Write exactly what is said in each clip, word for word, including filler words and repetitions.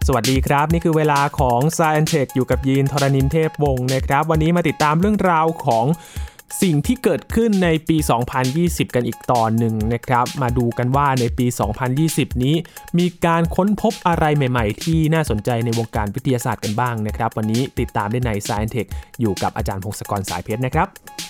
สวัสดีครับนี่คือเวลาของ Science Tech อยู่กับยีนทรณินเทพวงศ์นะครับวันนี้มาติดตามเรื่องราวของสิ่งที่เกิดขึ้นในปีสองพันยี่สิบกันอีกตอนหนึ่งนะครับมาดูกันว่าในปีสองพันยี่สิบนี้มีการค้นพบอะไรใหม่ๆที่น่าสนใจในวงการวิทยาศาสตร์กันบ้างนะครับวันนี้ติดตามได้ใน Science Tech อยู่กับอาจารย์พงศกรสายเพชรนะครับ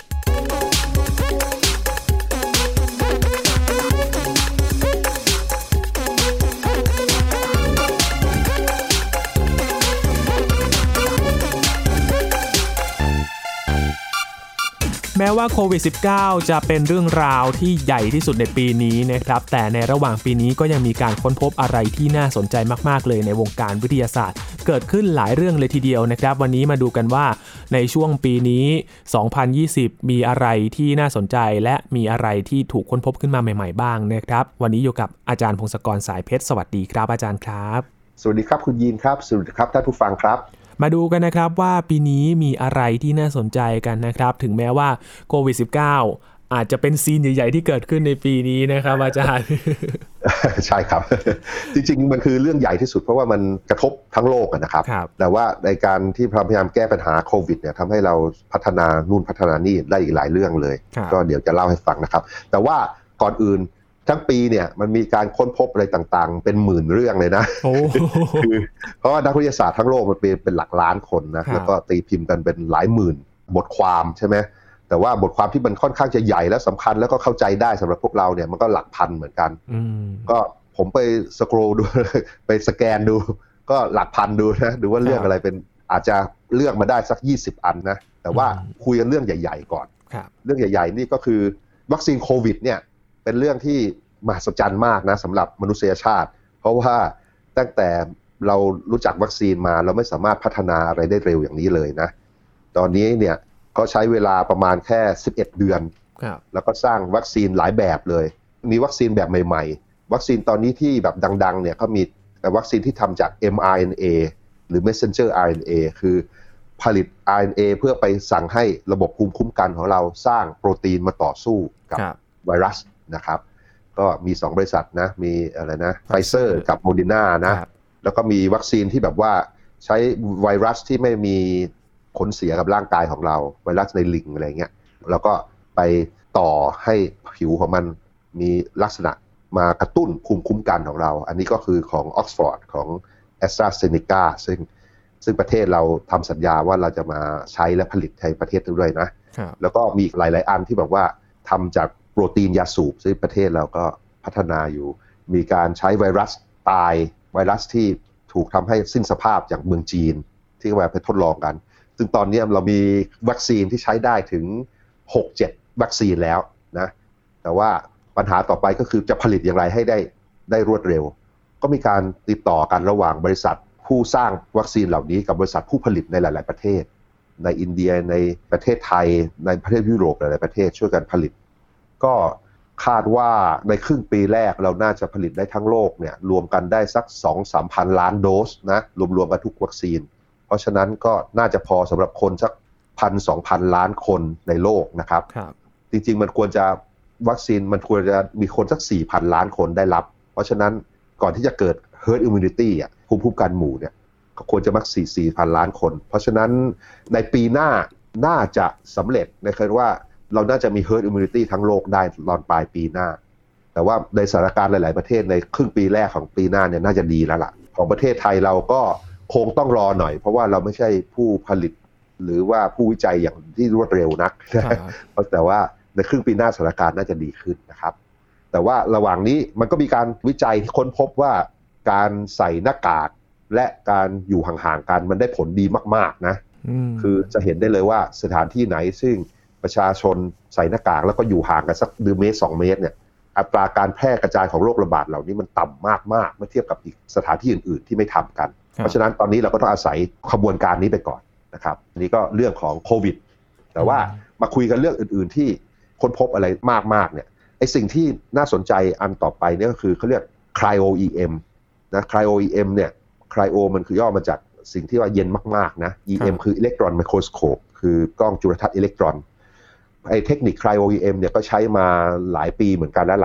แม้ว่าโควิด สิบเก้า จะเป็นเรื่องราวที่ใหญ่ที่สุดในปีนี้นะครับแต่ในระหว่างปีนี้ก็ยังมีการค้นพบอะไรที่น่าสนใจมากๆเลยในวงการวิทยาศาสตร์เกิดขึ้นหลายเรื่องเลยทีเดียวนะครับวันนี้มาดูกันว่าในช่วงปีนี้สองพันยี่สิบมีอะไรที่น่าสนใจและมีอะไรที่ถูกค้นพบขึ้นมาใหม่ๆบ้างนะครับวันนี้อยู่กับอาจารย์พงศกรสายเพชรสวัสดีครับอาจารย์ครับสวัสดีครับคุณยีนครับสวัสดีครับท่านผู้ฟังครับมาดูกันนะครับว่าปีนี้มีอะไรที่น่าสนใจกันนะครับถึงแม้ว่าโควิด สิบเก้า อาจจะเป็นซีนใหญ่ๆที่เกิดขึ้นในปีนี้นะครับอาจารย์ใช่ครับ จริงๆมันคือเรื่องใหญ่ที่สุดเพราะว่ามันกระทบทั้งโลกนะครับแต่ว่าในการที่พยายามแก้ปัญหาโควิดเนี่ยทำให้เราพัฒนานู่นพัฒนานี่ได้อีกหลายเรื่องเลยก็เดี๋ยวจะเล่าให้ฟังนะครับแต่ว่าก่อนอื่นทั้งปีเนี่ยมันมีการค้นพบอะไรต่างๆเป็นหมื่นเรื่องเลยนะ คือเพราะว่านักวิทยาศาสตร์ทั้งโลกมันเป็นเป็นหลักล้านคนนะแล้วก็ตีพิมพ์กันเป็นหลายหมื่นบทความใช่ไหมแต่ว่าบทความที่มันค่อนข้างจะใหญ่และสำคัญแล้วก็เข้าใจได้สำหรับพวกเราเนี่ยมันก็หลักพันเหมือนกันก็ผมไปสครอลดูไปสแกนดูก็หลักพันดูนะดูว่าเรื่องอะไรเป็นอาจจะเลือกมาได้สักยี่สิบอันนะแต่ว่าคุยกันเรื่องใหญ่ๆก่อนเรื่องใหญ่ๆนี่ก็คือวัคซีนโควิดเนี่ยเป็นเรื่องที่มหัศจรรย์มากนะสำหรับมนุษยชาติเพราะว่าตั้งแต่เรารู้จักวัคซีนมาเราไม่สามารถพัฒนาอะไรได้เร็วอย่างนี้เลยนะตอนนี้เนี่ยก็ใช้เวลาประมาณแค่สิบเอ็ดเดือนแล้วก็สร้างวัคซีนหลายแบบเลยมีวัคซีนแบบใหม่ๆวัคซีนตอนนี้ที่แบบดังๆเนี่ยเขามีวัคซีนที่ทำจาก เอ็ม อาร์ เอ็น เอ หรือ Messenger อาร์ เอ็น เอ คือผลิต อาร์ เอ็น เอ เพื่อไปสั่งให้ระบบภูมิคุ้มกันของเราสร้างโปรตีนมาต่อสู้กับไวรัสนะครับก็มีสองบริษัทนะมีอะไรนะไฟเซอร์กับโมเดอร์นานะแล้วก็มีวัคซีนที่แบบว่าใช้ไวรัสที่ไม่มีผลเสียกับร่างกายของเราไวรัสในลิงอะไรเงี้ยแล้วก็ไปต่อให้ผิวของมันมีลักษณะมากระตุ้นภูมิคุ้มกันของเราอันนี้ก็คือของออกซฟอร์ดของ AstraZeneca ซึ่งซึ่งประเทศเราทำสัญญาว่าเราจะมาใช้และผลิตในประเทศด้วยนะแล้วก็มีหลายๆอันที่แบบว่าทำจากโปรตีนยาสูบซึ่งประเทศเราก็พัฒนาอยู่มีการใช้ไวรัสตายไวรัสที่ถูกทำให้สิ้นสภาพจากเมืองจีนที่เขาไปทดลองกันซึ่งตอนนี้เรามีวัคซีนที่ใช้ได้ถึง หกเจ็ด วัคซีนแล้วนะแต่ว่าปัญหาต่อไปก็คือจะผลิตอย่างไรให้ได้ได้รวดเร็วก็มีการติดต่อกันระหว่างบริษัทผู้สร้างวัคซีนเหล่านี้กับบริษัทผู้ผลิตในหลายๆประเทศในอินเดียในประเทศไทยในประเทศยุโรปหลายๆประเทศช่วยกันผลิตก็คาดว่าในครึ่งปีแรกเราน่าจะผลิตได้ทั้งโลกเนี่ยรวมกันได้สัก สองถึงสามพัน ล้านโดสนะรวมๆกันทุกวัคซีนเพราะฉะนั้นก็น่าจะพอสำหรับคนสัก หนึ่งพันสองพัน ล้านคนในโลกนะครับจริงๆมันควรจะวัคซีนมันควรจะมีคนสัก สี่พัน ล้านคนได้รับเพราะฉะนั้นก่อนที่จะเกิด herd immunity อ่ะภูมิคุ้มกันหมู่เนี่ยก็ควรจะมัก สี่พัน ล้านคนเพราะฉะนั้นในปีหน้าน่าจะสำเร็จในคือว่าเราน่าจะมี herd immunity ทั้งโลกได้ตอนปลายปีหน้าแต่ว่าในสถานการณ์หลายๆประเทศในครึ่งปีแรกของปีหน้าเนี่ยน่าจะดีแล้วล่ะของประเทศไทยเราก็คงต้องรอหน่อยเพราะว่าเราไม่ใช่ผู้ผลิตหรือว่าผู้วิจัยอย่างที่รวดเร็วนักแต่ว่าในครึ่งปีหน้าสถานการณ์น่าจะดีขึ้นนะครับแต่ว่าระหว่างนี้มันก็มีการวิจัยที่ค้นพบว่าการใส่หน้ากากและการอยู่ห่างๆกันมันได้ผลดีมากๆนะคือจะเห็นได้เลยว่าสถานที่ไหนซึ่งประชาชนใส่หน้ากากแล้วก็อยู่ห่างกันสักหนึ่งเมตรสองเมตรเนี่ยอัตราการแพร่กระจายของโรคระบาดเหล่านี้มันต่ำมากๆเมื่อเทียบกับอีกสถานที่อื่นๆที่ไม่ทำกันเพราะฉะนั้นตอนนี้เราก็ต้องอาศัยขบวนการนี้ไปก่อนนะครับนี่ก็เรื่องของโควิดแต่ว่ามาคุยกันเรื่องอื่นๆที่ค้นพบอะไรมากๆเนี่ยไอ้สิ่งที่น่าสนใจอันต่อไปเนี่ยก็คือเขาเรียก cryo อี เอ็ม นะ cryo อี เอ็ม เนี่ย cryo มันคือย่อมาจากสิ่งที่ว่าเย็นมากๆนะ อี เอ็ม คือ electron microscope คือกล้องจุลทรรศน์อิเล็กตรอนไอ้เทคนิค cryo อี เอ็ม เนี่ยก็ใช้มาหลายปีเหมือนกันแล้วล่ะ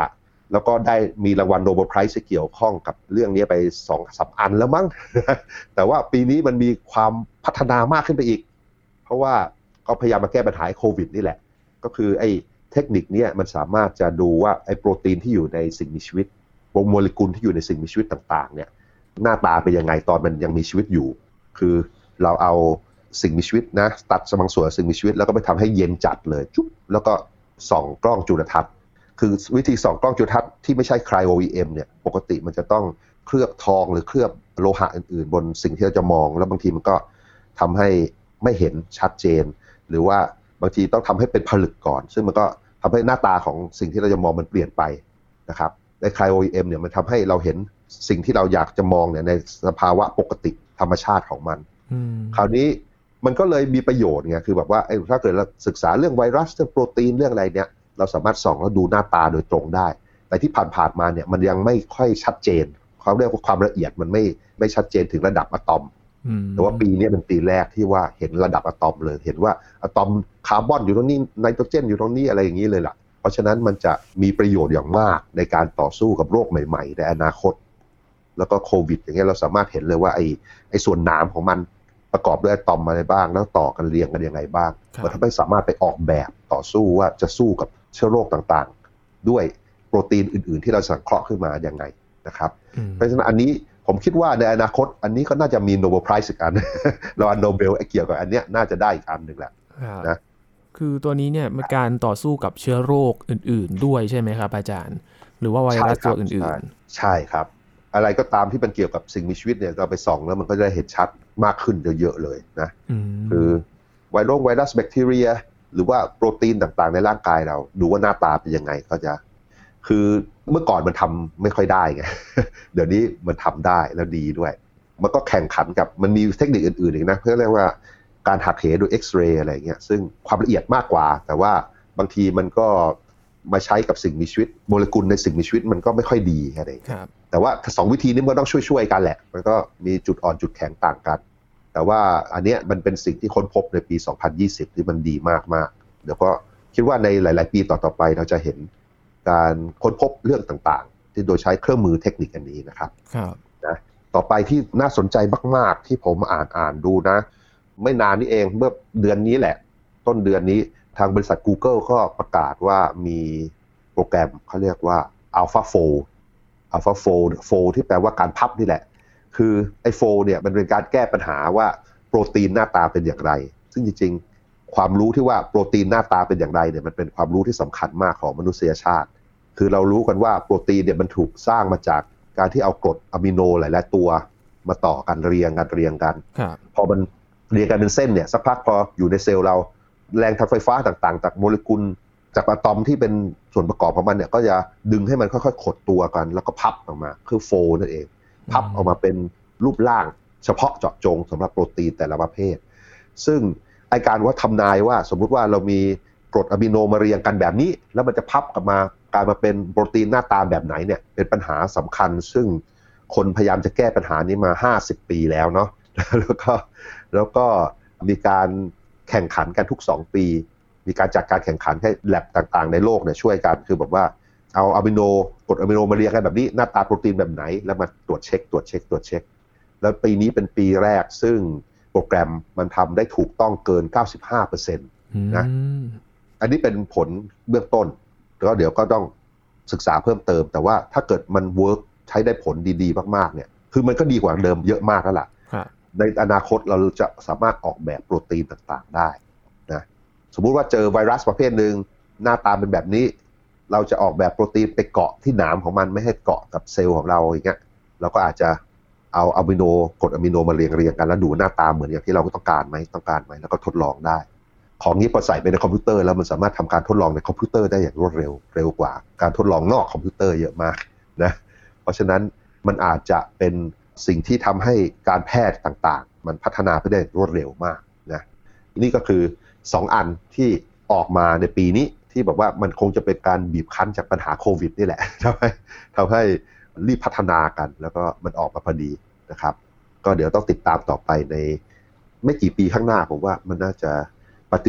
แล้วก็ได้มีรางวัลโนเบลไพรส์ที่เกี่ยวข้องกับเรื่องนี้ไป สองถึงสาม อันแล้วมั้ง แต่ว่าปีนี้มันมีความพัฒนามากขึ้นไปอีกเพราะว่าก็พยายามมาแก้ปัญหาโควิดนี่แหละก็คือไอ้เทคนิคนี้มันสามารถจะดูว่าไอ้โปรตีนที่อยู่ในสิ่งมีชีวิตโมเลกุลที่อยู่ในสิ่งมีชีวิตต่างๆเนี่ยหน้าตาเป็นยังไงตอนมันยังมีชีวิตอยู่คือเราเอาสิ่งมีชีวิตนะตัดบางส่วนสิ่งมีชีวิตแล้วก็ไปทำให้เย็นจัดเลยจุ๊บแล้วก็ส่องกล้องจุลทรรศน์คือวิธีส่องกล้องจุลทรรศน์ที่ไม่ใช่ Cryo อี เอ็ม เนี่ยปกติมันจะต้องเคลือบทองหรือเคลือบโลหะอื่นๆบนสิ่งที่เราจะมองแล้วบางทีมันก็ทำให้ไม่เห็นชัดเจนหรือว่าบางทีต้องทำให้เป็นผลึกก่อนซึ่งมันก็ทำให้หน้าตาของสิ่งที่เราจะมองมันเปลี่ยนไปนะครับใน Cryo อี เอ็ม เนี่ยมันทำให้เราเห็นสิ่งที่เราอยากจะมองเนี่ยในสภาวะปกติธรรมชาติของมันคราวนี้มันก็เลยมีประโยชน์ไงคือแบบว่าถ้าเกิดเราศึกษาเรื่องไวรัสเรื่องโปรตีนเรื่องอะไรเนี่ยเราสามารถส่องแล้วดูหน้าตาโดยตรงได้แต่ที่ผ่านๆมาเนี่ยมันยังไม่ค่อยชัดเจนเขาเรียกว่าความละเอียดมันไม่ไม่ชัดเจนถึงระดับอะตอมแต่ว่าปีนี้เป็นปีแรกที่ว่าเห็นระดับอะตอมเลยเห็นว่าอะตอมคาร์บอนอยู่ตรงนี้ไนโตรเจนอยู่ตรงนี้อะไรอย่างนี้เลยล่ะเพราะฉะนั้นมันจะมีประโยชน์อย่างมากในการต่อสู้กับโรคใหม่ๆในอนาคตแล้วก็โควิดอย่างเงี้ยเราสามารถเห็นเลยว่าไอ้ไอ้ส่วนหนามของมันประกอบด้วยอะตอมอะไรบ้างแล้วต่อกันเรียงกันยังไงบ้างมันทำให้สามารถไปออกแบบต่อสู้ว่าจะสู้กับเชื้อโรคต่างๆด้วยโปรตีนอื่นๆที่เราสังเคราะห์ขึ้นมายังไงนะครับเพราะฉะนั้นอันนี้ผมคิดว่าในอนาคตอันนี้ก็น่าจะมีโนเบลไพรส์อีกอันรางวัลโนเบลเกี่ยวกับอันเนี้ยน่าจะได้อีกอันนึงแหละนะคือตัวนี้เนี่ยเป็นการต่อสู้กับเชื้อโรคอื่นๆด้วยใช่ไหมครับอาจารย์หรือว่าไวรัสตัวอื่นๆใช่ครับอะไรก็ตามที่มันเกี่ยวกับสิ่งมีชีวิตเนี่ยเราไปส่องแล้วมันก็จะเห็นชัดมากขึ้นเยอะๆเลยนะคือไวรัสไวรัสแบคทีเรียหรือว่าโปรตีนต่างๆในร่างกายเราดูว่าหน้าตาเป็นยังไงก็จะคือเมื่อก่อนมันทำไม่ค่อยได้ไง เดี๋ยวนี้มันทำได้แล้วดีด้วยมันก็แข่งขันกับมันมีเทคนิคอื่นๆอีกนะเพื่อเรียกว่าการหักเหโดยเอ็กซเรย์อะไรเงี้ยซึ่งความละเอียดมากกว่าแต่ว่าบางทีมันก็มาใช้กับสิ่งมีชีวิตโมเลกุลในสิ่งมีชีวิตมันก็ไม่ค่อยดีอะไรครับแต่ว่าสองวิธีนี้มันก็ต้องช่วยๆกันแหละมันก็มีจุดอ่อนจุดแข็งต่างกันแต่ว่าอันเนี้ยมันเป็นสิ่งที่ค้นพบในปีสองพันยี่สิบที่มันดีมากๆเดี๋ยวก็คิดว่าในหลายๆปีต่อๆไปเราจะเห็นการค้นพบเรื่องต่างๆที่โดยใช้เครื่องมือเทคนิคอันนี้นะครับนะต่อไปที่น่าสนใจมากๆที่ผมอ่านอ่านดูนะไม่นานนี้เองเมื่อเดือนนี้แหละต้นเดือนนี้ทางบริษัท Google ก็ประกาศว่ามีโปรแกรมเขาเรียกว่า AlphaFold AlphaFold Fold ที่แปลว่าการพับนี่แหละคือไอ้ Fold เนี่ยมันเป็นการแก้ปัญหาว่าโปรตีนหน้าตาเป็นอย่างไรซึ่งจริงๆความรู้ที่ว่าโปรตีนหน้าตาเป็นอย่างไรเนี่ยมันเป็นความรู้ที่สำคัญมากของมนุษยชาติคือเรารู้กันว่าโปรตีนเนี่ยมันถูกสร้างมาจากการที่เอากรดอะมิโนหลายๆตัวมาต่อกันเรียงกันเรียงกันพอมันเรียงกันเป็นเส้นเนี่ยสักพักพออยู่ในเซลล์เราแรงทางไฟฟ้าต่างๆจากโมเลกุลจากอะตอมที่เป็นส่วนประกอบของมันเนี่ยก็จะดึงให้มันค่อยๆขดตัวกันแล้วก็พับออกมาคือโฟลนั่นเองพับออกมาเป็นรูปร่างเฉพาะเจาะจงสำหรับโปรตีนแต่ละประเภทซึ่งไอการว่าทำนายว่าสมมุติว่าเรามีกรดอะมิโนมาเรียงกันแบบนี้แล้วมันจะพับออกมากลายมาเป็นโปรตีนหน้าตาแบบไหนเนี่ยเป็นปัญหาสำคัญซึ่งคนพยายามจะแก้ปัญหานี้มาห้าสิบปีแล้วเนาะแล้วก็แล้วก็มีการแข่งขันกันทุกสองปีมีการจัดการแข่งขันให้แลบต่างๆในโลกเนี่ยช่วยกันคือแบบว่าเอาอะมิโนกรดอะมิโนมาเรียงกันแบบนี้หน้าตาโปรตีนแบบไหนแล้วมาตรวจเช็คตรวจเช็คตรวจเช็คแล้วปีนี้เป็นปีแรกซึ่งโปรแกรมมันทำได้ถูกต้องเกิน เก้าสิบห้าเปอร์เซ็นต์ นะอันนี้เป็นผลเบื้องต้นแล้วเดี๋ยวก็ต้องศึกษาเพิ่มเติมแต่ว่าถ้าเกิดมันเวิร์กใช้ได้ผลดีๆมากๆเนี่ยคือมันก็ดีกว่าเดิมเยอะมากแล้วล่ะในอนาคตเราจะสามารถออกแบบโปรตีนต่างๆได้นะสมมุติว่าเจอไวรัสประเภทหนึ่งหน้าตาเป็นแบบนี้เราจะออกแบบโปรตีนไปเกาะที่หนามของมันไม่ให้เกาะกับเซลล์ของเราอย่างเงี้ยเราก็อาจจะเอาอะมิโนกรดอะมิโนมาเรียงเรียงกันแล้วดูหน้าตาเหมือนอย่างที่เราต้องการไหมต้องการไหมแล้วก็ทดลองได้ของนี้พอใส่ไปในคอมพิวเตอร์แล้วมันสามารถทำการทดลองในคอมพิวเตอร์ได้อย่างรวดเร็วเร็วกว่าการทดลองนอกคอมพิวเตอร์เยอะมากนะเพราะฉะนั้นมันอาจจะเป็นสิ่งที่ทำให้การแพทย์ต่างๆมันพัฒนาไปได้รวดเร็วมากนะนี่ก็คือสองอันที่ออกมาในปีนี้ที่บอกว่ามันคงจะเป็นการบีบคั้นจากปัญหาโควิดนี่แหละทำให้ทำให้รีบพัฒนากันแล้วก็มันออกมาพอดีนะครับก็เดี๋ยวต้องติดตามต่อไปในไม่กี่ปีข้างหน้าผมว่ามันน่าจะปฏิวัติ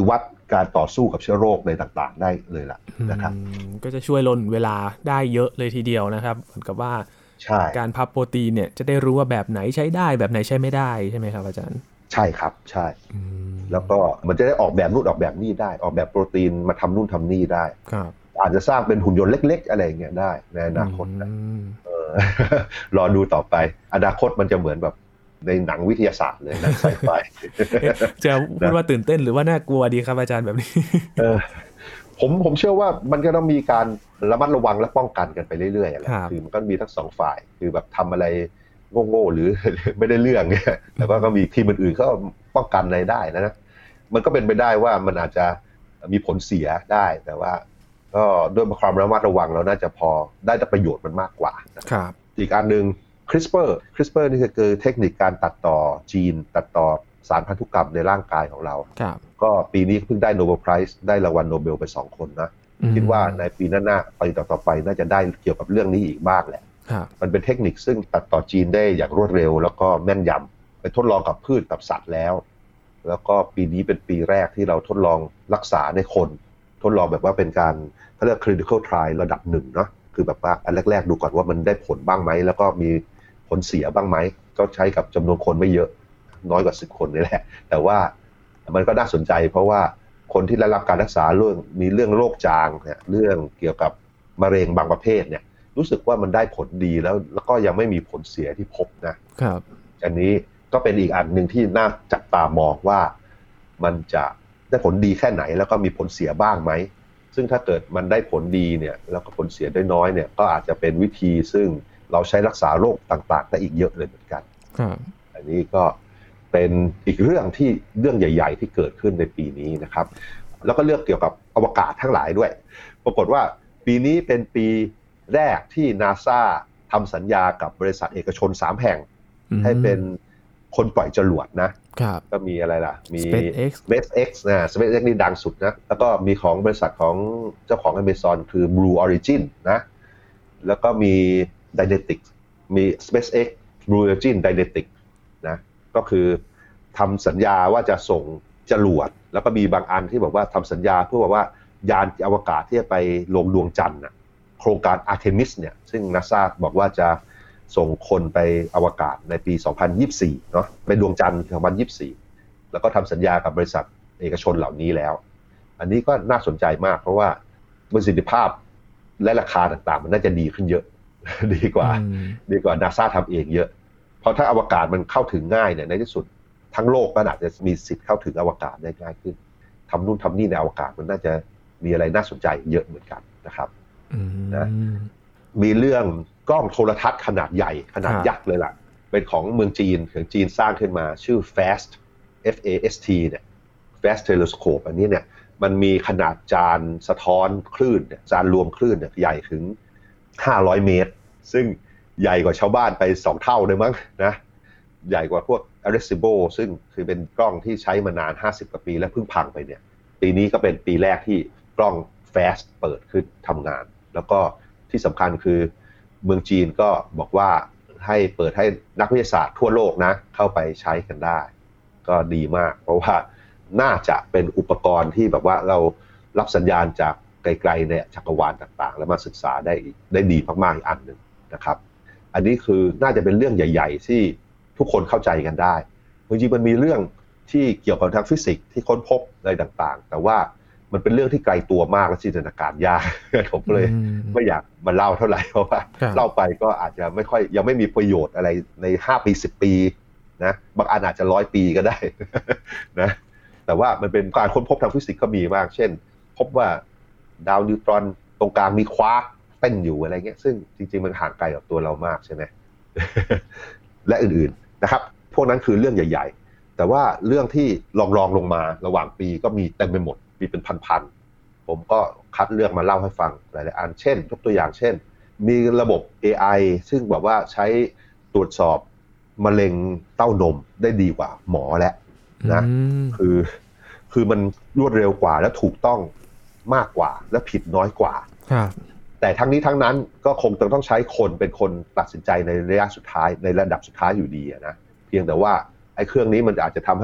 การต่อสู้กับเชื้อโรคในต่างๆได้เลยล่ะนะครับก็จะช่วยลดเวลาได้เยอะเลยทีเดียวนะครับเหมือนกับว่าการพับโปรตีนเนี่ยจะได้รู้ว่าแบบไหนใช้ได้แบบไหนใช้ไม่ได้ใช่ไหมครับอาจารย์ใช่ครับใช่แล้วก็มันจะได้ออกแบบนู่นออกแบบนี่ได้ออกแบบโปรตีนมาทำนู่นทำนี่ได้อาจจะสร้างเป็นหุ่นยนต์เล็กๆอะไรอย่างเงี้ยได้ในอนาคตนะรอดูต่อไปอนาคตมันจะเหมือนแบบในหนังวิทยาศาสตร์เลยหนังไซไฟจะพูดว่าตื่นเต้นหรือว่าน่ากลัวดีครับอาจารย์แบบนี้ผมผมเชื่อว่ามันก็ต้องมีการระมัดระวังและป้องกันกันไปเรื่อยๆแหละคือมันก็มีทั้งสองฝ่ายคือแบบทำอะไรโง่ๆหรือไม่ได้เรื่องเนี่ยแต่ว่าก็มีทีมอื่นๆก็ป้องกันอะไรได้นะมันก็เป็นไปได้ว่ามันอาจจะมีผลเสียได้แต่ว่าก็ด้วยความระมัดระวังเราน่าจะพอได้แต่ประโยชน์มันมากกว่าครับอีกอันนึง CRISPR CRISPR นี่คือเทคนิคการตัดต่อจีนตัดต่อสารพันธุกรรมในร่างกายของเราก็ปีนี้เพิ่งได้โนเบลไพรส์ได้รางวัลโนเบลไปสองคนนะคิดว่าในปีหน้าๆปีต่อๆไปน่าจะได้เกี่ยวกับเรื่องนี้อีกบ้างแหละมันเป็นเทคนิคซึ่งตัดต่อจีนได้อย่างรวดเร็วแล้วก็แม่นยำไปทดลองกับพืชกับสัตว์แล้วแล้วก็ปีนี้เป็นปีแรกที่เราทดลองรักษาในคนทดลองแบบว่าเป็นการเขาเรียก clinical trial ระดับหนึ่งเนาะคือแบบว่าอันแรกๆดูก่อนว่ามันได้ผลบ้างไหมแล้วก็มีผลเสียบ้างไหมก็ใช้กับจำนวนคนไม่เยอะน้อยกว่าสิบคนนี่แหละแต่ว่ามันก็น่าสนใจเพราะว่าคนที่ได้รับการรักษาเรื่องมีเรื่องโรคจางเนี่ยเรื่องเกี่ยวกับมะเร็งบางประเภทเนี่ยรู้สึกว่ามันได้ผลดีแล้วแล้วก็ยังไม่มีผลเสียที่พบนะครับอันนี้ก็เป็นอีกอันนึงที่น่าจับตามองว่ามันจะได้ผลดีแค่ไหนแล้วก็มีผลเสียบ้างไหมซึ่งถ้าเกิดมันได้ผลดีเนี่ยแล้วก็ผลเสียได้น้อยเนี่ยก็อาจจะเป็นวิธีซึ่งเราใช้รักษาโรคต่างๆได้อีกเยอะเลยเหมือนกันอันนี้ก็เป็นอีกเรื่องที่เรื่องใหญ่ๆที่เกิดขึ้นในปีนี้นะครับแล้วก็เรื่องเกี่ยวกับอวกาศทั้งหลายด้วยปรากฏว่าปีนี้เป็นปีแรกที่ NASA ทำสัญญากับบริษัทเอกชนสามแห่งให้เป็นคนปล่อยจรวดนะก็มีอะไรล่ะมี SpaceX SpaceX นะ SpaceX นี่ดังสุดนะแล้วก็มีของบริษัทของเจ้าของ Amazon คือ Blue Origin นะแล้วก็มี Dynetics มี SpaceX Blue Origin Dynetics นะก็คือทำสัญญาว่าจะส่งจรวดแล้วก็มีบางอันที่บอกว่าทำสัญญาเพื่อบอกว่ายานอวกาศที่จะไปลงดวงจันทร์นะโครงการ Artemis เนี่ยซึ่ง NASA บอกว่าจะส่งคนไปอวกาศในปีสองพันยี่สิบสี่เนาะไปดวงจันทร์สองพันยี่สิบสี่แล้วก็ทำสัญญากับบริษัทเอกชนเหล่านี้แล้วอันนี้ก็น่าสนใจมากเพราะว่าประสิทธิภาพและราคาต่างๆมันน่าจะดีขึ้นเยอะดีกว่าดีกว่า NASA ทำเองเยอะเพราะถ้าอวกาศมันเข้าถึงง่ายเนี่ยในที่สุดทั้งโลกก็อาจจะมีสิทธิ์เข้าถึงอวกาศได้ง่ายขึ้นทำนู่นทำนี่ในอวกาศมันน่าจะมีอะไรน่าสนใจเยอะเหมือนกันนะครับนะมีเรื่องกล้องโทรทัศน์ขนาดใหญ่ขนาดยักษ์เลยล่ะเป็นของเมืองจีนของจีนสร้างขึ้นมาชื่อ FAST F A S T เนี่ย FAST Telescope อันนี้เนี่ยมันมีขนาดจานสะท้อนคลื่นจานรวมคลื่นเนี่ยใหญ่ถึงห้าร้อยเมตรซึ่งใหญ่กว่าชาวบ้านไปสองเท่าเลยมั้งนะใหญ่กว่าพวก Arecibo ซึ่งคือเป็นกล้องที่ใช้มานานห้าสิบกว่าปีแล้วเพิ่งพังไปเนี่ยปีนี้ก็เป็นปีแรกที่กล้อง FAST เปิดขึ้นทำงานแล้วก็ที่สำคัญคือเมืองจีนก็บอกว่าให้เปิดให้นักวิทยาศาสตร์ทั่วโลกนะเข้าไปใช้กันได้ก็ดีมากเพราะว่าน่าจะเป็นอุปกรณ์ที่แบบว่าเรารับสัญญาณจากไกลๆในจักรวาลต่างๆแล้วมาศึกษาได้ได้ดีมากๆอีกอันหนึ่งนะครับอันนี้คือน่าจะเป็นเรื่องใหญ่ๆที่ทุกคนเข้าใจกันได้จริงๆมันมีเรื่องที่เกี่ยวกับทางฟิสิกส์ที่ค้นพบอะไรต่างๆแต่ว่ามันเป็นเรื่องที่ไกลตัวมากและจินตนาการยากผมเลยไม่อยากมาเล่าเท่าไหร่เพราะว่าเล่าไปก็อาจจะไม่ค่อยยังไม่มีประโยชน์อะไรในห้าปีสิบปีนะบางอันอาจจะร้อยปีก็ได้นะแต่ว่ามันเป็นการค้นพบทางฟิสิกส์ก็มีมากเช่นพบว่าดาวนิวตรอนตรงกลางมีควาร์กเต้นอยู่อะไรเงี้ยซึ่งจริงๆมันห่างไกลกับตัวเรามากใช่ไหม และอื่นๆนะครับพวกนั้นคือเรื่องใหญ่ๆแต่ว่าเรื่องที่รองๆลงมาระหว่างปีก็มีเต็มไปหมดมีเป็นพันๆผมก็คัดเลือกมาเล่าให้ฟังหลายๆอันเช่นยกตัวอย่างเช่นมีระบบ เอ ไอ ซึ่งแบบว่าใช้ตรวจสอบมะเร็งเต้านมได้ดีกว่าหมอแล้วนะคือคือมันรวดเร็วกว่าและถูกต้องมากกว่าและผิดน้อยกว่าแต่ทั้งนี้ทั้งนั้นก็คงต้องใช้คนเป็นคนตัดสินใจในระยะสุดท้ายในระดับสุดท้ายอยู่ดีนะเพียงแต่ว่าไอ้เครื่องนี้มันอาจจะทำให้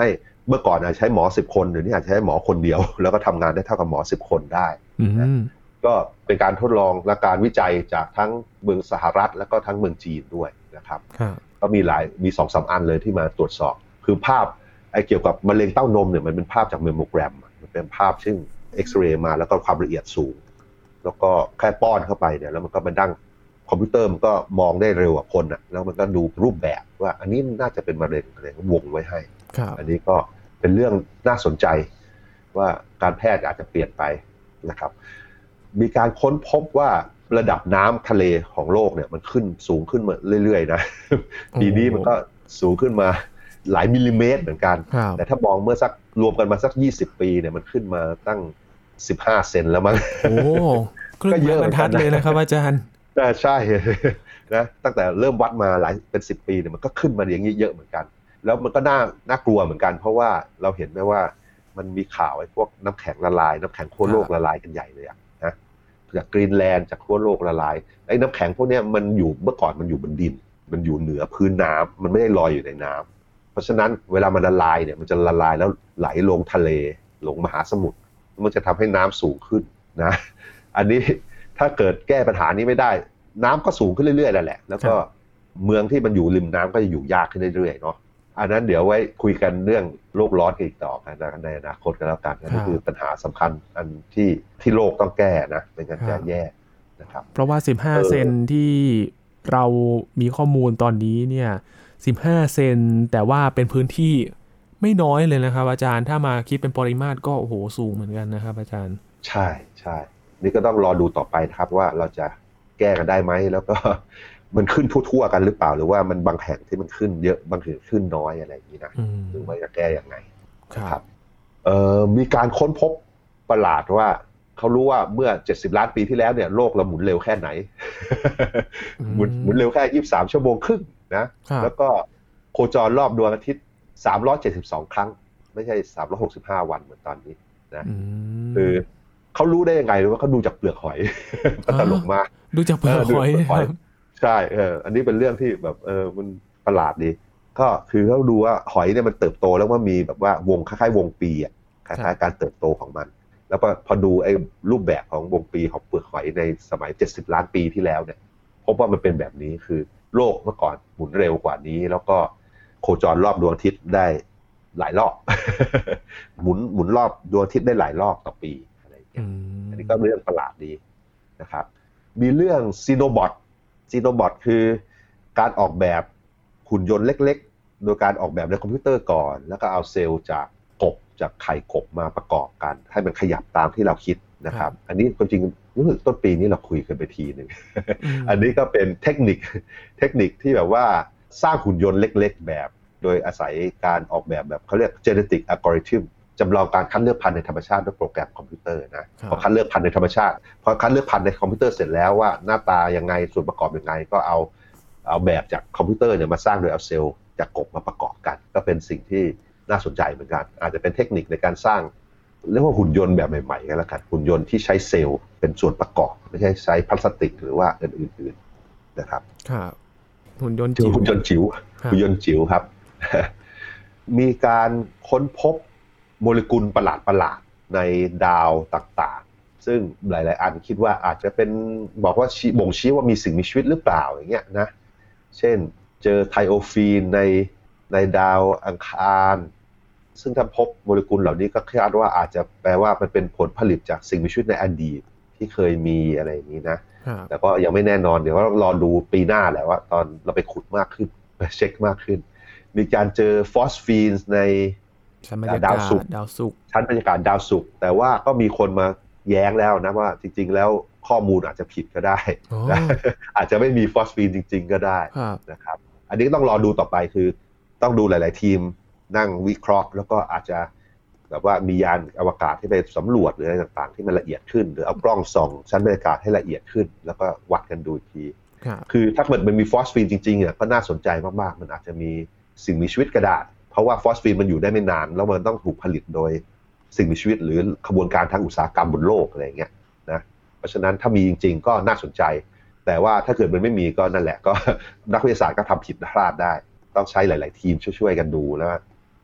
เมื่อก่อนอาจจะใช้หมอสิบคนเดี๋ยวนี้อาจจะใช้หมอคนเดียวแล้วก็ทำงานได้เท่ากับหมอสิบคนได้นะก็เป็นการทดลองและการวิจัยจากทั้งเมืองสหรัฐแล้วก็ทั้งเมืองจีนด้วยนะครับก็มีหลายมี สองสาม อันเลยที่มาตรวจสอบคือภาพไอ้เกี่ยวกับมะเร็งเต้านมเนี่ยมันเป็นภาพจากเมมโมแกรมมันเป็นภาพซึ่งเอ็กซเรย์มาแล้วก็ความละเอียดสูงแล้วก็แค่ป้อนเข้าไปเนี่ยแล้วมันก็มาดั้งคอมพิวเตอร์มันก็มองได้เร็วกว่าคนอ่ะแล้วมันก็ดูรูปแบบว่าอันนี้น่าจะเป็นมะเร็งอะไรก็วงไว้ให้อันนี้ก็เป็นเรื่องน่าสนใจว่าการแพทย์อาจจะเปลี่ยนไปนะครับมีการค้นพบว่าระดับน้ำทะเลของโลกเนี่ยมันขึ้นสูงขึ้นมาเรื่อยๆนะปีนี้มันก็สูงขึ้นมาหลายมิลลิเมตรเหมือนกันแต่ถ้ามองเมื่อสักรวมกันมาสักยี่สิบปีเนี่ยมันขึ้นมาตั้งสิบห้าเซนแล้วมั้งโอ้ก็เยอะบรรทัดเลยนะครับอาจารย์ใช่นะตั้งแต่เริ่มวัดมาหลายเป็นสิบปีเนี่ยมันก็ขึ้นมาอย่างนี้เยอะเหมือนกันแล้วมันก็น่าน่ากลัวเหมือนกันเพราะว่าเราเห็นไหมว่ามันมีข่าวไอ้พวกน้ำแข็งละลายน้ำแข็งขั้วโลกละลายกันใหญ่เลยอะนะจากกรีนแลนด์จากขั้วโลกละลายไอ้น้ำแข็งพวกนี้มันอยู่เมื่อก่อนมันอยู่บนดินมันอยู่เหนือพื้นน้ำมันไม่ได้ลอยอยู่ในน้ำเพราะฉะนั้นเวลามันละลายเนี่ยมันจะละลายแล้วไหลลงทะเลลงมหาสมุทรมันจะทำให้น้ำสูงขึ้นนะอันนี้ถ้าเกิดแก้ปัญหานี้ไม่ได้น้ำก็สูงขึ้นเรื่อยๆแล้วแหละแล้วก็เมืองที่มันอยู่ริมน้ำก็จะอยู่ยากขึ้นเรื่อยๆเนาะอันนั้นเดี๋ยวไว้คุยกันเรื่องโลกร้อนกันอีกต่อกันในอนาคตกันแล้วกันนี่คือปัญหาสำคัญอันที่ที่โลกต้องแก้นะเป็นการจะแย่นะครับเพราะว่าสิบห้าเซนที่เรามีข้อมูลตอนนี้เนี่ยสิบห้าเซนแต่ว่าเป็นพื้นที่ไม่น้อยเลยนะครับอาจารย์ถ้ามาคิดเป็นปริมาตรก็โอ้โหสูงเหมือนกันนะครับอาจารย์ใช่ใช่นี่ก็ต้องรอดูต่อไปครับว่าเราจะแก้กันได้ไหมแล้วก็มันขึ้นทั่วๆกันหรือเปล่าหรือว่ามันบางแห่งที่มันขึ้นเยอะบางแห่งขึ้นน้อยอะไรอย่างนี้นะหรือว่าจะแก้ยังไงครับเอ่อมีการค้นพบประหลาดว่าเขารู้ว่าเมื่อเจ็ดสิบล้านปีที่แล้วเนี่ยโลกเราหมุนเร็วแค่ไหนหมุนหมุนเร็วแค่ยี่สิบสามชั่วโมงครึ่งนะแล้วก็โคจรรอบดวงอาทิตย์สามร้อยเจ็ดสิบสองครั้งไม่ใช่สามร้อยหกสิบห้าวันเหมือนตอนนี้นะคือเขารู้ได้ยังไงหรือว่าเขาดูจากเปลือกหอยตลกมากดูจากเปลือกหอยใช่เอออันนี้เป็นเรื่องที่แบบเออมันประหลาดดีก็คือเขาดูว่าหอยเนี่ยมันเติบโตแล้วว่ามีแบบว่าวงคล้ายๆวงปีอ่ะคล้ายๆการเติบโตของมันแล้วพอดูไอ้รูปแบบของวงปีของเปลือกหอยในสมัยเจ็ดสิบล้านปีที่แล้วเนี่ยพบว่ามันเป็นแบบนี้คือโลกเมื่อก่อนหมุนเร็วกว่านี้แล้วก็โคจรรอบดวงอาทิตย์ได้หลายรอบ หมุนหมุนรอบดวงอาทิตย์ได้หลายรอบต่อปีอะไรอย่างเงี้ยอันนี้ก็เรื่องประหลาดดีนะครับมีเรื่องซีโนบอทซีโนบอทคือการออกแบบหุ่นยนต์เล็กๆโดยการออกแบบในคอมพิวเตอร์ก่อนแล้วก็เอาเซลล์จากกบจากไข่กบมาประกอบกันให้มันขยับตามที่เราคิดนะครับอันนี้ความจริงรู้สึกต้นปีนี้เราคุยกันไปทีนึง อันนี้ก็เป็นเทคนิคเทคนิคที่แบบว่าสร้างหุ่นยนต์เล็กๆแบบโดยอาศัยการออกแบบแบบเขาเรียก genetic algorithm จำลองการคัดเลือกพันธุ์ในธรรมชาติด้วยโปรแกรมคอมพิวเตอร์นะพอคัดเลือกพันธุ์ในธรรมชาติพอคัดเลือกพันธุ์ในคอมพิวเตอร์เสร็จแล้วว่าหน้าตายังไงส่วนประกอบยังไงก็เอาเอาแบบจากคอมพิวเตอร์เนี่ยมาสร้างโดยเอาเซลล์จากกบมาประกอบกันก็เป็นสิ่งที่น่าสนใจเหมือนกันอาจจะเป็นเทคนิคในการสร้างเรียกว่าหุ่นยนต์แบบใหม่ๆกันแล้วกันหุ่นยนต์ที่ใช้เซลล์เป็นส่วนประกอบไม่ใช่ใช้พลาสติกหรือว่าอื่นๆนะครับครับหุ่นยนต์จิ๋วหุ่นยนต์จิ๋วหุ่นยนต์จิ๋วครับ มีการค้นพบโมเลกุลประหลาดๆในดาวต่างๆซึ่งหลายๆอันคิดว่าอาจจะเป็นบอกว่าบ่งชี้ว่ามีสิ่งมีชีวิตหรือเปล่าอย่างเงี้ยนะเช่นเจอไทโอฟีนในในดาวอังคารซึ่งถ้าพบโมเลกุลเหล่านี้ก็คาดว่าอาจจะแปลว่ามันเป็นผลผลิตจากสิ่งมีชีวิตในอดีตที่เคยมีอะไรอย่างนี้นะแต่ก็ยังไม่แน่นอนเดี๋ยวเรารอดูปีหน้าแหละว่าตอนเราไปขุดมากขึ้นไปเช็คมากขึ้นมีการเจอฟอสฟีนในดาวศุกร์ชั้นบรรยากาศดาวศุกร์แต่ว่าก็มีคนมาแย้งแล้วนะว่าจริงๆแล้วข้อมูลอาจจะผิดก็ได้ อาจจะไม่มีฟอสฟีนจริงๆก็ได้นะครับอันนี้ต้องรอดูต่อไปคือต้องดูหลายๆทีมนั่งวิเคราะห์แล้วก็อาจจะแบบว่ามียานอวกาศที่ไปสำรวจหรืออะไรต่างๆที่มันละเอียดขึ้นหรือเอากล้องส่องชั้นบรรยากาศให้ละเอียดขึ้นแล้วก็วัดกันดูอีกทีคือถ้ามันมีฟอสฟีนจริงๆอ่ะก็น่าสนใจมากๆมันอาจจะมีสิ่งมีชีวิตก็ได้เพราะว่าฟอสฟีนมันอยู่ได้ไม่นานแล้วมันต้องถูกผลิตโดยสิ่งมีชีวิตหรือขบวนการทางอุตสาหกรรมบนโลกอะไรอย่างเงี้ยนะเพราะฉะนั้นถ้ามีจริงๆก็น่าสนใจแต่ว่าถ้าเกิดมันไม่มีก็นั่นแหละก็นักวิทยาศาสตร์ก็ทำผิดพลาดได้ต้องใช้หลายๆทีมช่วยๆกันดูแล้ว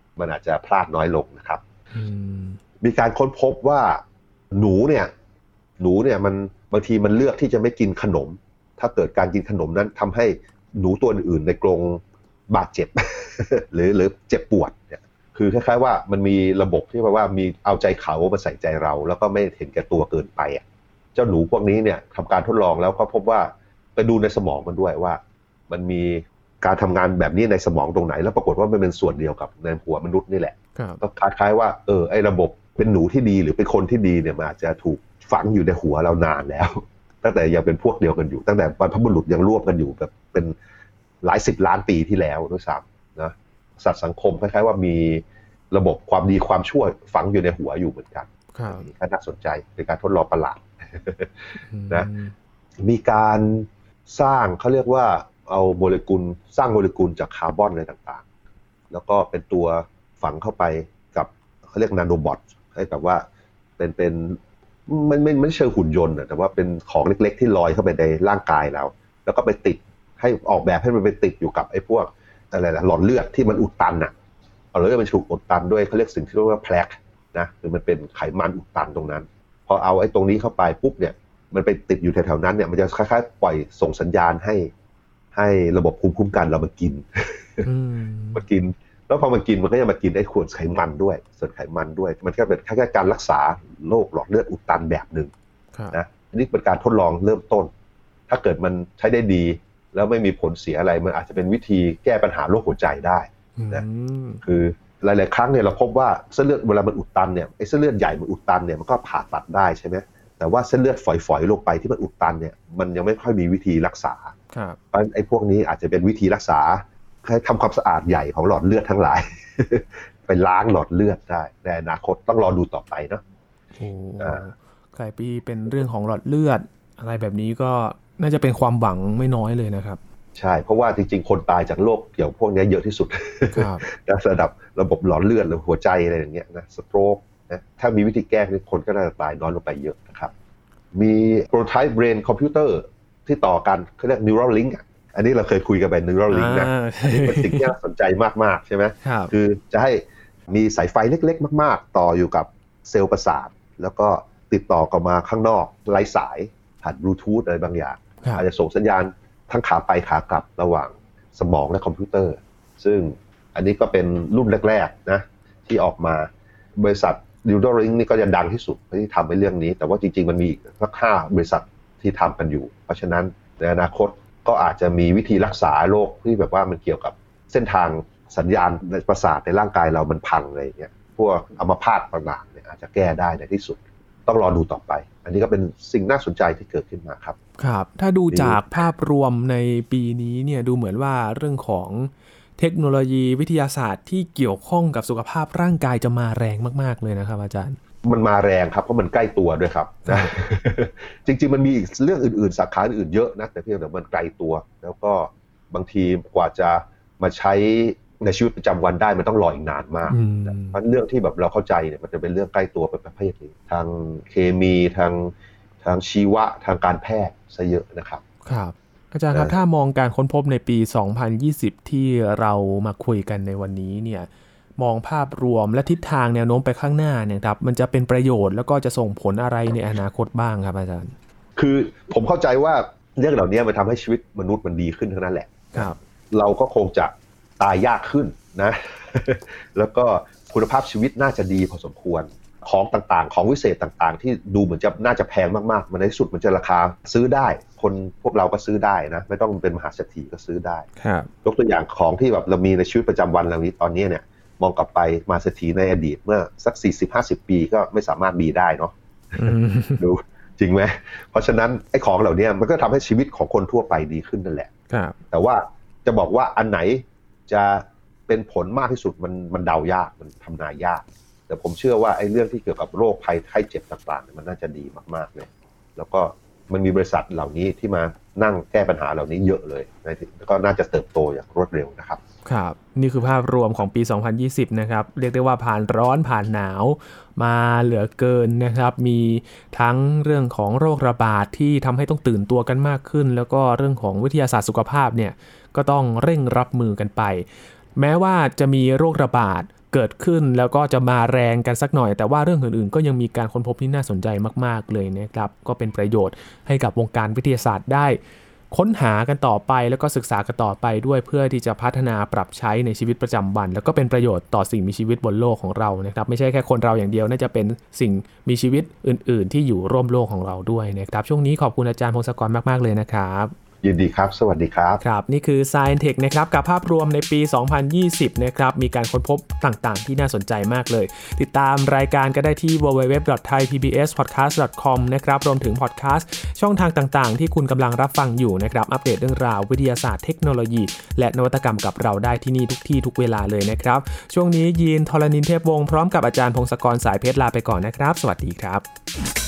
มันอาจจะพลาดน้อยลงนะครับมีการค้นพบว่าหนูเนี่ยหนูเนี่ยมันบางทีมันเลือกที่จะไม่กินขนมถ้าเกิดการกินขนมนั้นทำให้หนูตัวอื่นในกรงบาดเจ็บ หรือหรือเจ็บปวดเนี่ยคือคล้ายๆว่ามันมีระบบที่แปลว่ามีเอาใจเขามาใส่ใจเราแล้วก็ไม่เห็นแก่ตัวเกินไปอ่ะเจ้าหนูพวกนี้เนี่ยทำการทดลองแล้วก็พบว่าไปดูในสมองมันด้วยว่ามันมีการทำงานแบบนี้ในสมองตรงไหนแล้วปรากฏว่ามันเป็นส่วนเดียวกับในหัวมนุษย์นี่แหละก็คล้ายๆว่าเออไอ้ระบบเป็นหนูที่ดีหรือเป็นคนที่ดีเนี่ยมันอาจจะถูกฝังอยู่ในหัวเรานานแล้วตั้งแต่ยังเป็นพวกเดียวกันอยู่ตั้งแต่บรรพบุรุษยังร่วมกันอยู่แบบเป็นหลายสิบล้านปีที่แล้วด้วยซ้ำนะสัตว์สังคมคล้ายๆว่ามีระบบความดีความชั่วฝังอยู่ในหัวอยู่เหมือนกันก็น่าสนใจเป็นการทดลองประหลาดนะมีการสร้างเขาเรียกว่าเอาโมเลกุลสร้างโมเลกุลจากคาร์บอนอะไรต่างๆแล้วก็เป็นตัวฝังเข้าไปกับเขาเรียกนาโนบอทให้แบบว่าเป็นเป็นมันไม่ไม่เชิงหุ่นยนต์แต่ว่าเป็นของเล็กๆที่ลอยเข้าไปในร่างกายเราแล้วก็ไปติดให้ออกแบบให้มันไปติดอยู่กับไอ้พวกอะไรนะหลอดเลือดที่มันอุดตันอ่ะหลอดเลือดมันถูกอุดตันด้วยเขาเรียกสิ่งที่เรียกว่าแพลกนะคือมันเป็นไขมันอุดตันตรงนั้นพอเอาไอ้ตรงนี้เข้าไปปุ๊บเนี่ยมันไปติดอยู่แถวๆนั้นเนี่ยมันจะคล้ายๆปล่อยส่งสัญญาณให้ให้ระบบภูมิคุ้มกันเรามากินมากินแล้วพอมากินมันก็จะมากินไอ้ขวดไขมันด้วยส่วนไขมันด้วยมันก็เป็นแค่การรักษาโรคหลอดเลือดอุดตันแบบนึงนะนี่เป็นการทดลองเริ่มต้นถ้าเกิดมันใช้ได้ดีแล้วไม่มีผลเสียอะไรมันอาจจะเป็นวิธีแก้ปัญหาโรคหัวใจได้นะคือหลายๆครั้งเนี่ยเราพบว่าเส้นเลือดเวลามันอุดตันเนี่ยไอ้เส้นเลือดใหญ่มันอุดตันเนี่ยมันก็ผ่าตัดได้ใช่ไหมแต่ว่าเส้นเลือดฝอยๆลงไปที่มันอุดตันเนี่ยมันยังไม่ค่อยมีวิธีรักษาเพราะไอ้พวกนี้อาจจะเป็นวิธีรักษาให้ทำความสะอาดใหญ่ของหลอดเลือดทั้งหลาย ไปล้างหลอดเลือดได้ในอนาคตต้องรอดูต่อไปเนาะโอ้กลายปีเป็นเรื่องของหลอดเลือดอะไรแบบนี้ก็น่าจะเป็นความหวังไม่น้อยเลยนะครับใช่เพราะว่าจริงๆคนตายจากโรคเกี่ยวพวกนี้เยอะที่สุดนะระดับระบบหลอดเลือดหรือหัวใจอะไรอย่างเงี้ยนะสโตรกนะถ้ามีวิธีแก้คนก็น่าจะตายน้อยลงไปเยอะนะครับมี prototype brain computer ที่ต่อกันเขาเรียก neural link อันนี้เราเคยคุยกันไป neural link นะอันนี้เป็นสิ่งที่น่าสนใจมากๆใช่ไหมคือจะให้มีสายไฟเล็กๆมากๆต่ออยู่กับเซลล์ประสาทแล้วก็ติดต่อกันมาข้างนอกไร้สายผ่านบลูทูธอะไรบางอย่างอาจจะส่งสัญญาณทั้งขาไปขากลับระหว่างสมองและคอมพิวเตอร์ซึ่งอันนี้ก็เป็นรุ่นแรกๆนะที่ออกมาบริษัท Neuralink นี่ก็จะดังที่สุดที่ทำในเรื่องนี้แต่ว่าจริงๆมันมีสักห้าบริษัทที่ทำกันอยู่เพราะฉะนั้นในอนาคตก็อาจจะมีวิธีรักษาโรคที่แบบว่ามันเกี่ยวกับเส้นทางสัญญาณในประสาทในร่างกายเรามันพังอะไรอย่างเงี้ยพวกอัมพาตต่างๆเนี่ยอาจจะแก้ได้ในที่สุดต้องรอดูต่อไปอันนี้ก็เป็นสิ่งน่าสนใจที่เกิดขึ้นมาครับครับถ้าดูจากภาพรวมในปีนี้เนี่ยดูเหมือนว่าเรื่องของเทคโนโลยีวิทยาศาสตร์ที่เกี่ยวข้องกับสุขภาพร่างกายจะมาแรงมากๆเลยนะครับอาจารย์มันมาแรงครับเพราะมันใกล้ตัวด้วยครับนะ จริงๆมันมีเรื่องอื่นๆสาขาอื่นเยอะนะแต่เพียงแต่มันไกลตัวแล้วก็บางทีกว่าจะมาใช้ในชีวิตประจำวันได้มันต้องรออีกนานมากเพราะเรื่องที่แบบเราเข้าใจเนี่ยมันจะเป็นเรื่องใกล้ตัวเป็นประเภทนี้ทางเคมีทางทางชีวะทางการแพทย์ซะเยอะนะครับครับอาจารย์ครับถ้ามองการค้นพบในปีสองพันยี่สิบที่เรามาคุยกันในวันนี้เนี่ยมองภาพรวมและทิศทางแนวโน้มไปข้างหน้าเนี่ยครับมันจะเป็นประโยชน์แล้วก็จะส่งผลอะไรในอนาคตบ้างครับอาจารย์คือผมเข้าใจว่าเรื่องเหล่านี้มันทำให้ชีวิตมนุษย์มันดีขึ้นเท่านั้นแหละครับเราก็คงจะตายยากขึ้นนะ แล้วก็คุณภาพชีวิตน่าจะดีพอสมควรของต่างๆของวิเศษต่างๆที่ดูเหมือนจะน่าจะแพงมากๆมันในที่สุดมันจะราคาซื้อได้คนพวกเราก็ซื้อได้นะไม่ต้องเป็นมหาเศรษฐีก็ซื้อได้ยกตัวอย่างของที่แบบเรามีในชีวิตประจำวันเหล่านี้ตอนนี้เนี่ยมองกลับไปมหาเศรษฐีในอดีตเมื่อสัก สี่สิบห้าสิบ ปีก็ไม่สามารถมีได้เนาะ ดูจริงไหมเพราะฉะนั้นไอ้ของเหล่านี้มันก็ทำให้ชีวิตของคนทั่วไปดีขึ้นนั่นแหละแต่ว่าจะบอกว่าอันไหนจะเป็นผลมากที่สุดมันมันเดายากมันทำนายยากแต่ผมเชื่อว่าไอ้เรื่องที่เกี่ยวกับโรคภัยไข้เจ็บต่างๆมันน่าจะดีมากๆเลยแล้วก็มันมีบริษัทเหล่านี้ที่มานั่งแก้ปัญหาเหล่านี้เยอะเลยแล้วก็น่าจะเติบโตอย่างรวดเร็วนะครับครับนี่คือภาพรวมของปีสองพันยี่สิบนะครับเรียกได้ว่าผ่านร้อนผ่านหนาวมาเหลือเกินนะครับมีทั้งเรื่องของโรคระบาดที่ทำให้ต้องตื่นตัวกันมากขึ้นแล้วก็เรื่องของวิทยาศาสตร์สุขภาพเนี่ยก็ต้องเร่งรับมือกันไปแม้ว่าจะมีโรคระบาดเกิดขึ้นแล้วก็จะมาแรงกันสักหน่อยแต่ว่าเรื่องอื่นๆก็ยังมีการค้นพบที่น่าสนใจมากๆเลยนะครับก็เป็นประโยชน์ให้กับวงการวิทยาศาสตร์ได้ค้นหากันต่อไปแล้วก็ศึกษากันต่อไปด้วยเพื่อที่จะพัฒนาปรับใช้ในชีวิตประจำวันแล้วก็เป็นประโยชน์ต่อสิ่งมีชีวิตบนโลกของเรานะครับไม่ใช่แค่คนเราอย่างเดียวน่าจะเป็นสิ่งมีชีวิตอื่นๆที่อยู่ร่วมโลกของเราด้วยนะครับช่วงนี้ขอบคุณอาจารย์พงศกรมากๆเลยนะครับยินดีครับสวัสดีครับครับนี่คือ Science Tech นะครับกับภาพรวมในปีสองพันยี่สิบนะครับมีการค้นพบต่างๆที่น่าสนใจมากเลยติดตามรายการก็ได้ที่ ดับเบิลยู ดับเบิลยู ดับเบิลยู ดอท ไทย พี บี เอส พอดแคสต์ ดอท คอม นะครับรวมถึงพอดแคสต์ช่องทางต่างๆที่คุณกำลังรับฟังอยู่นะครับอัปเดตเรื่องราววิทยาศาสตร์เทคโนโลยีและนวัตกรรมกับเราได้ที่นี่ทุกที่ทุกเวลาเลยนะครับช่วงนี้ยีนทรณินเทพวงศ์พร้อมกับอาจารย์พงศกรสายเพชรลาไปก่อนนะครับสวัสดีครับ